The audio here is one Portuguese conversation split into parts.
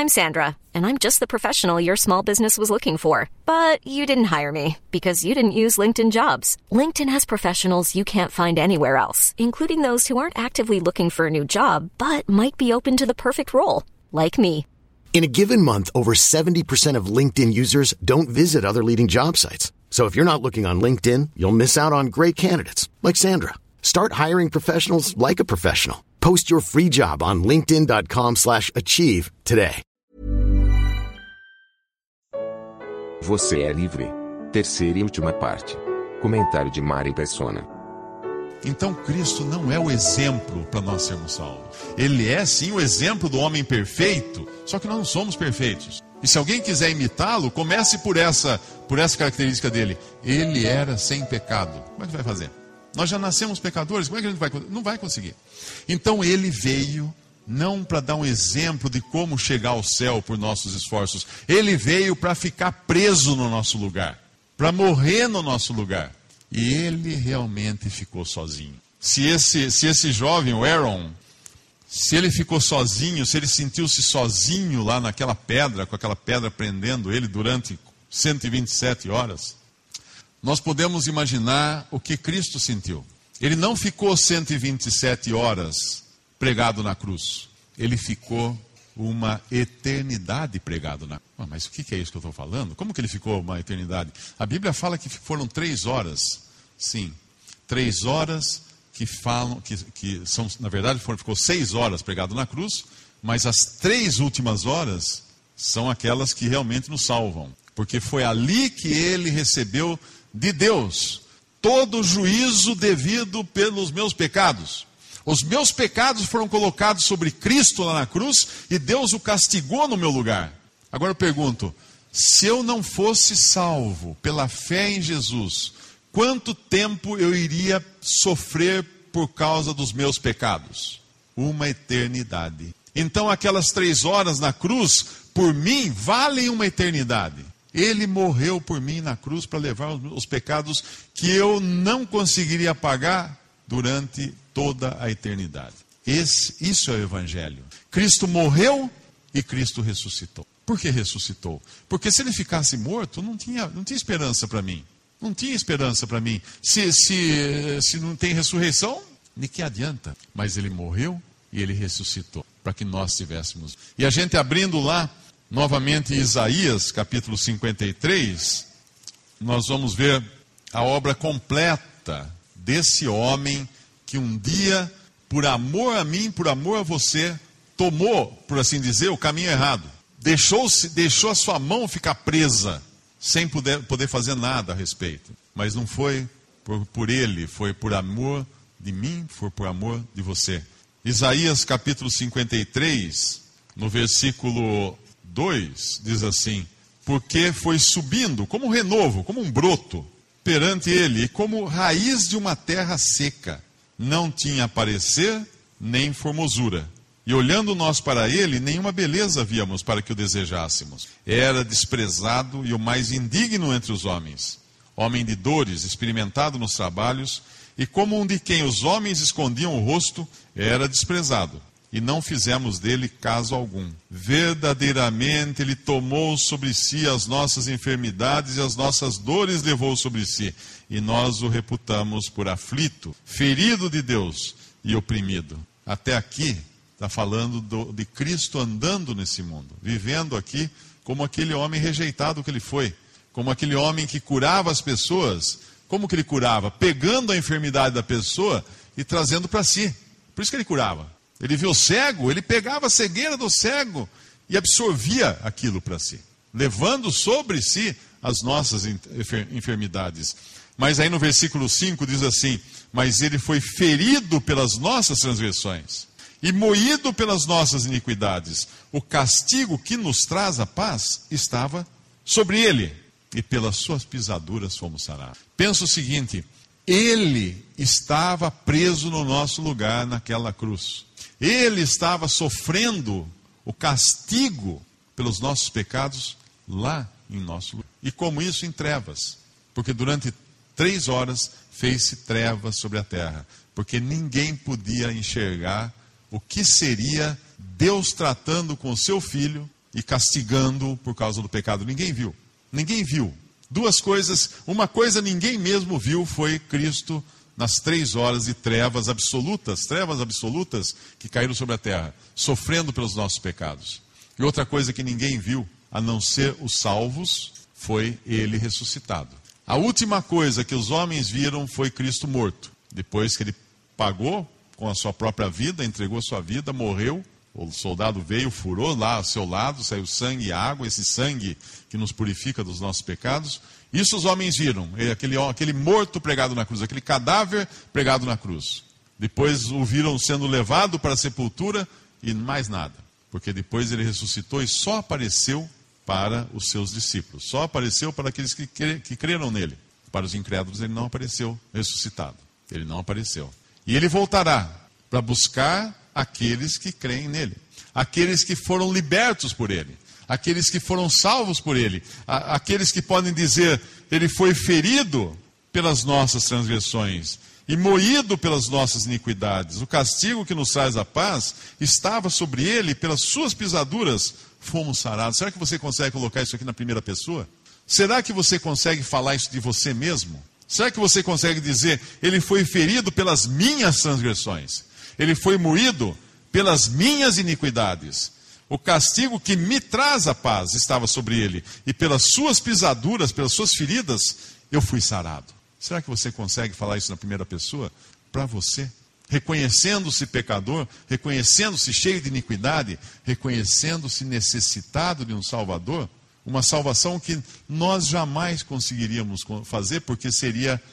I'm Sandra, and I'm just the professional your small business was looking for. But you didn't hire me because you didn't use LinkedIn Jobs. LinkedIn has professionals you can't find anywhere else, including those who aren't actively looking for a new job, but might be open to the perfect role, like me. In a given month, over 70% of LinkedIn users don't visit other leading job sites. So if you're not looking on LinkedIn, you'll miss out on great candidates like Sandra. Start hiring professionals like a professional. Post your free job on linkedin.com/achieve today. Você é livre. Terceira e última parte. Comentário de Mari Persona. Então Cristo não é o exemplo para nós sermos salvos. Ele é sim o exemplo do homem perfeito, só que nós não somos perfeitos. E se alguém quiser imitá-lo, comece por essa característica dele. Ele era sem pecado. Como é que vai fazer? Nós já nascemos pecadores, como é que a gente vai? Não vai conseguir. Então ele veio não para dar um exemplo de como chegar ao céu por nossos esforços. Ele veio para ficar preso no nosso lugar, para morrer no nosso lugar. E ele realmente ficou sozinho. Se esse jovem, o Aaron, se ele ficou sozinho, se ele sentiu-se sozinho lá naquela pedra, com aquela pedra prendendo ele durante 127 horas, nós podemos imaginar o que Cristo sentiu. Ele não ficou 127 horas pregado na cruz. Ele ficou uma eternidade pregado na cruz. Mas o que é isso que eu estou falando? Como que ele ficou uma eternidade? A Bíblia fala que foram 3 horas. Sim, 3 horas que falam, que são, na verdade, ficou 6 horas pregado na cruz, mas as 3 últimas horas são aquelas que realmente nos salvam. Porque foi ali que ele recebeu de Deus todo o juízo devido pelos meus pecados. Os meus pecados foram colocados sobre Cristo lá na cruz e Deus o castigou no meu lugar. Agora eu pergunto, se eu não fosse salvo pela fé em Jesus, quanto tempo eu iria sofrer por causa dos meus pecados? Uma eternidade. Então aquelas 3 horas na cruz, por mim, valem uma eternidade. Ele morreu por mim na cruz para levar os pecados que eu não conseguiria pagar durante toda a eternidade. Isso é o Evangelho. Cristo morreu e Cristo ressuscitou. Por que ressuscitou? Porque se ele ficasse morto, não tinha esperança para mim. Não tinha esperança para mim. Se não tem ressurreição, de que adianta? Mas ele morreu e ele ressuscitou para que nós tivéssemos. E a gente abrindo lá, novamente Isaías, capítulo 53, nós vamos ver a obra completa desse homem que um dia, por amor a mim, por amor a você, tomou, por assim dizer, o caminho errado. Deixou a sua mão ficar presa, sem poder fazer nada a respeito. Mas não foi por ele, foi por amor de mim, foi por amor de você. Isaías capítulo 53, no versículo 2, diz assim: porque foi subindo como um renovo, como um broto, perante ele, e como raiz de uma terra seca. Não tinha parecer, nem formosura. E olhando nós para ele, nenhuma beleza víamos para que o desejássemos. Era desprezado e o mais indigno entre os homens. Homem de dores, experimentado nos trabalhos, e como um de quem os homens escondiam o rosto, era desprezado. E não fizemos dele caso algum. Verdadeiramente ele tomou sobre si as nossas enfermidades e as nossas dores levou sobre si. E nós o reputamos por aflito, ferido de Deus e oprimido. Até aqui está falando de Cristo andando nesse mundo, vivendo aqui como aquele homem rejeitado que ele foi, como aquele homem que curava as pessoas. Como que ele curava? Pegando a enfermidade da pessoa e trazendo para si. Por isso que ele curava. Ele viu o cego, ele pegava a cegueira do cego e absorvia aquilo para si, levando sobre si as nossas enfermidades. Mas aí no versículo 5 diz assim: mas ele foi ferido pelas nossas transgressões e moído pelas nossas iniquidades. O castigo que nos traz a paz estava sobre ele, e pelas suas pisaduras fomos sarados. Pensa o seguinte: ele estava preso no nosso lugar naquela cruz. Ele estava sofrendo o castigo pelos nossos pecados lá em nosso lugar. E como isso, em trevas. Porque durante 3 horas fez-se trevas sobre a terra. Porque ninguém podia enxergar o que seria Deus tratando com o seu filho e castigando por causa do pecado. Ninguém viu. Ninguém viu. Duas coisas. Uma coisa ninguém mesmo viu foi Cristo nas 3 horas de trevas absolutas que caíram sobre a terra, sofrendo pelos nossos pecados. E outra coisa que ninguém viu, a não ser os salvos, foi ele ressuscitado. A última coisa que os homens viram foi Cristo morto. Depois que ele pagou com a sua própria vida, entregou a sua vida, morreu, o soldado veio, furou lá ao seu lado, saiu sangue e água, esse sangue que nos purifica dos nossos pecados. Isso os homens viram, aquele morto pregado na cruz, aquele cadáver pregado na cruz. Depois o viram sendo levado para a sepultura e mais nada. Porque depois ele ressuscitou e só apareceu para os seus discípulos. Só apareceu para aqueles que creram nele. Para os incrédulos ele não apareceu ressuscitado. Ele não apareceu. E ele voltará para buscar aqueles que creem nele. Aqueles que foram libertos por ele. Aqueles que foram salvos por ele. Aqueles que podem dizer, ele foi ferido pelas nossas transgressões e moído pelas nossas iniquidades. O castigo que nos traz a paz estava sobre ele, pelas suas pisaduras fomos sarados. Será que você consegue colocar isso aqui na primeira pessoa? Será que você consegue falar isso de você mesmo? Será que você consegue dizer, ele foi ferido pelas minhas transgressões? Ele foi moído pelas minhas iniquidades. O castigo que me traz a paz estava sobre ele. E pelas suas pisaduras, pelas suas feridas, eu fui sarado. Será que você consegue falar isso na primeira pessoa? Para você? Reconhecendo-se pecador, reconhecendo-se cheio de iniquidade, reconhecendo-se necessitado de um Salvador? Uma salvação que nós jamais conseguiríamos fazer, porque seria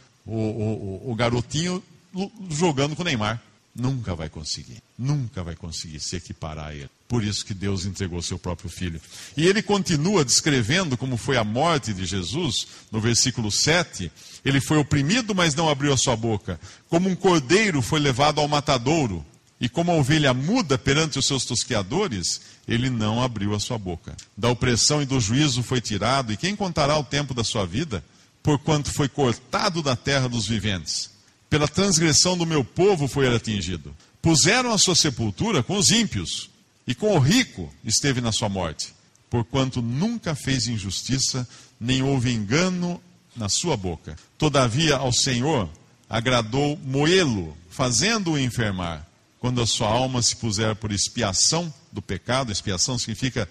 o garotinho jogando com o Neymar. Nunca vai conseguir se equiparar a ele. Por isso que Deus entregou seu próprio Filho. E ele continua descrevendo como foi a morte de Jesus, no versículo 7. Ele foi oprimido, mas não abriu a sua boca. Como um cordeiro foi levado ao matadouro, e como a ovelha muda perante os seus tosqueadores, ele não abriu a sua boca. Da opressão e do juízo foi tirado, e quem contará o tempo da sua vida? Porquanto foi cortado da terra dos viventes. Pela transgressão do meu povo foi ele atingido. Puseram a sua sepultura com os ímpios, e com o rico esteve na sua morte. Porquanto nunca fez injustiça, nem houve engano na sua boca. Todavia ao Senhor agradou moê-lo, fazendo-o enfermar. Quando a sua alma se puser por expiação do pecado, expiação significa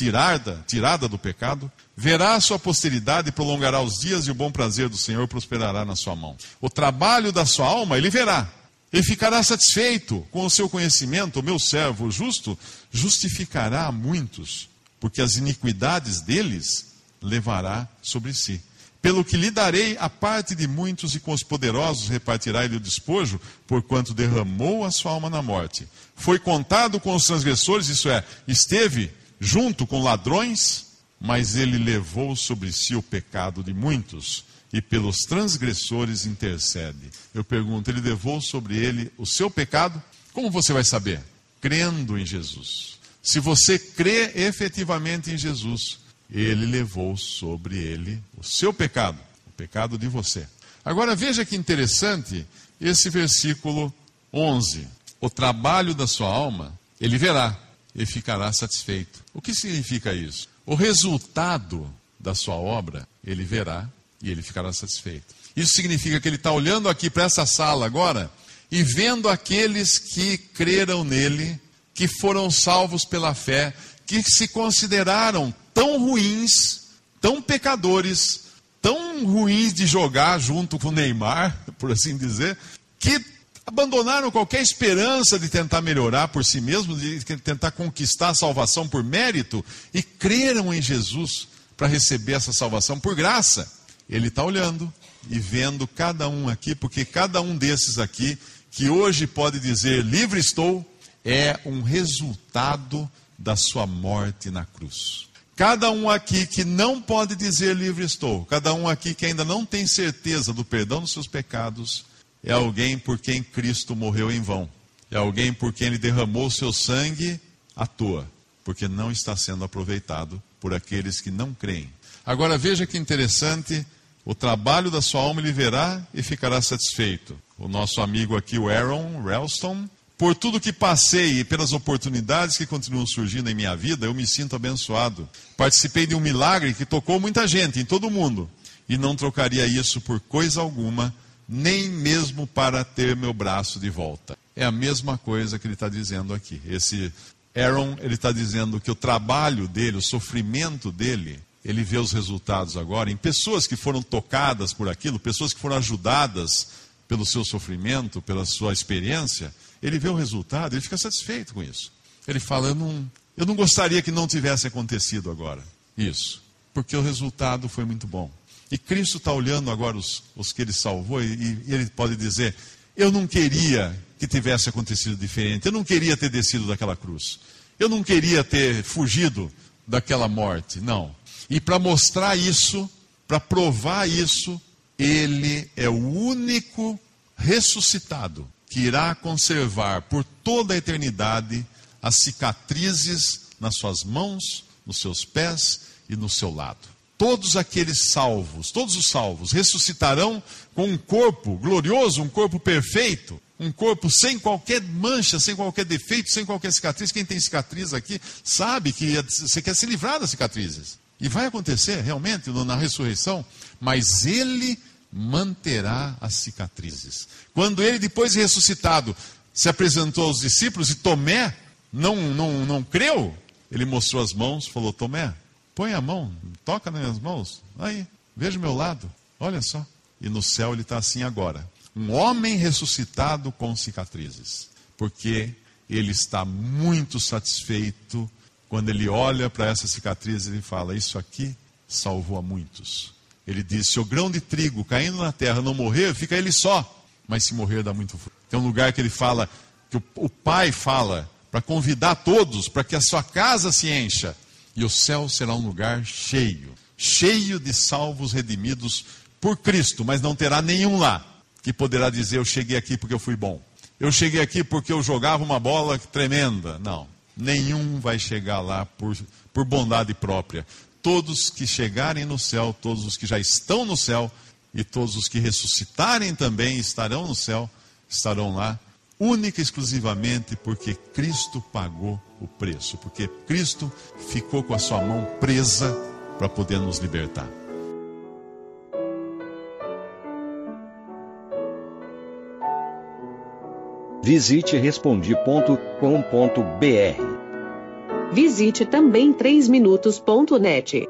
tirada do pecado, verá a sua posteridade e prolongará os dias, e o bom prazer do Senhor prosperará na sua mão. O trabalho da sua alma ele verá, e ficará satisfeito com o seu conhecimento. O meu servo justo justificará a muitos, porque as iniquidades deles levará sobre si. Pelo que lhe darei a parte de muitos, e com os poderosos repartirá ele o despojo, porquanto derramou a sua alma na morte. Foi contado com os transgressores, isso é, esteve junto com ladrões, mas ele levou sobre si o pecado de muitos, e pelos transgressores intercede. Eu pergunto, ele levou sobre ele o seu pecado? Como você vai saber? Crendo em Jesus. Se você crê efetivamente em Jesus, ele levou sobre ele o seu pecado, o pecado de você. Agora veja que interessante esse versículo 11. O trabalho da sua alma, ele verá e ficará satisfeito. O que significa isso? O resultado da sua obra, ele verá e ele ficará satisfeito. Isso significa que ele está olhando aqui para essa sala agora e vendo aqueles que creram nele, que foram salvos pela fé, que se consideraram tão ruins, tão pecadores, tão ruins de jogar junto com o Neymar, por assim dizer, que abandonaram qualquer esperança de tentar melhorar por si mesmos, de tentar conquistar a salvação por mérito, e creram em Jesus para receber essa salvação por graça. Ele está olhando e vendo cada um aqui, porque cada um desses aqui, que hoje pode dizer livre estou, é um resultado da sua morte na cruz. Cada um aqui que não pode dizer livre estou, cada um aqui que ainda não tem certeza do perdão dos seus pecados, é alguém por quem Cristo morreu em vão. É alguém por quem ele derramou o seu sangue à toa, porque não está sendo aproveitado por aqueles que não creem. Agora veja que interessante, o trabalho da sua alma ele verá e ficará satisfeito. O nosso amigo aqui, o Aaron Ralston, Por tudo que passei e pelas oportunidades que continuam surgindo em minha vida, eu me sinto abençoado. Participei de um milagre que tocou muita gente, em todo o mundo. E não trocaria isso por coisa alguma, nem mesmo para ter meu braço de volta. É a mesma coisa que ele está dizendo aqui. Esse Aaron, ele está dizendo que o trabalho dele, o sofrimento dele, ele vê os resultados agora em pessoas que foram tocadas por aquilo, pessoas que foram ajudadas pelo seu sofrimento, pela sua experiência. Ele vê o resultado, ele fica satisfeito com isso. Ele fala, eu não gostaria que não tivesse acontecido agora isso, porque o resultado foi muito bom. E Cristo está olhando agora os que ele salvou e ele pode dizer, eu não queria que tivesse acontecido diferente, eu não queria ter descido daquela cruz, eu não queria ter fugido daquela morte, não. E para mostrar isso, para provar isso, ele é o único ressuscitado que irá conservar por toda a eternidade as cicatrizes nas suas mãos, nos seus pés e no seu lado. Todos aqueles salvos, todos os salvos, ressuscitarão com um corpo glorioso, um corpo perfeito, um corpo sem qualquer mancha, sem qualquer defeito, sem qualquer cicatriz. Quem tem cicatriz aqui sabe que você quer se livrar das cicatrizes. E vai acontecer realmente na ressurreição, mas ele manterá as cicatrizes. Quando ele, depois de ressuscitado, se apresentou aos discípulos e Tomé não creu, ele mostrou as mãos, falou, Tomé, põe a mão, toca nas minhas mãos, aí, veja o meu lado, olha só. E no céu ele está assim agora, um homem ressuscitado com cicatrizes, porque ele está muito satisfeito quando ele olha para essas cicatrizes e fala, isso aqui salvou a muitos. Ele diz, se o grão de trigo caindo na terra não morrer, fica ele só. Mas se morrer, dá muito fruto. Tem um lugar que ele fala, que o Pai fala, para convidar todos, para que a sua casa se encha. E o céu será um lugar cheio de salvos redimidos por Cristo. Mas não terá nenhum lá que poderá dizer, eu cheguei aqui porque eu fui bom. Eu cheguei aqui porque eu jogava uma bola tremenda. Não, nenhum vai chegar lá por bondade própria. Todos que chegarem no céu, todos os que já estão no céu, e todos os que ressuscitarem também estarão no céu, estarão lá, única e exclusivamente porque Cristo pagou o preço, porque Cristo ficou com a sua mão presa para poder nos libertar. Visite respondi.com.br. Visite também 3minutos.net.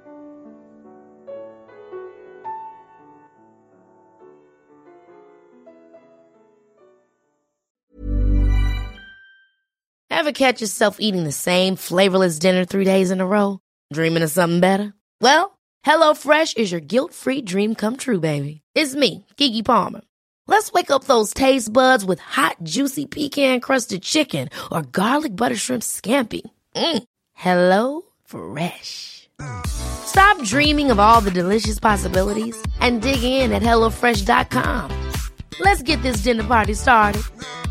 Ever catch yourself eating the same flavorless dinner 3 days in a row? Dreaming of something better? Well, HelloFresh is your guilt-free dream come true, baby. It's me, Keke Palmer. Let's wake up those taste buds with hot, juicy pecan-crusted chicken or garlic butter shrimp scampi. Hello Fresh. Stop dreaming of all the delicious possibilities and dig in at HelloFresh.com. Let's get this dinner party started.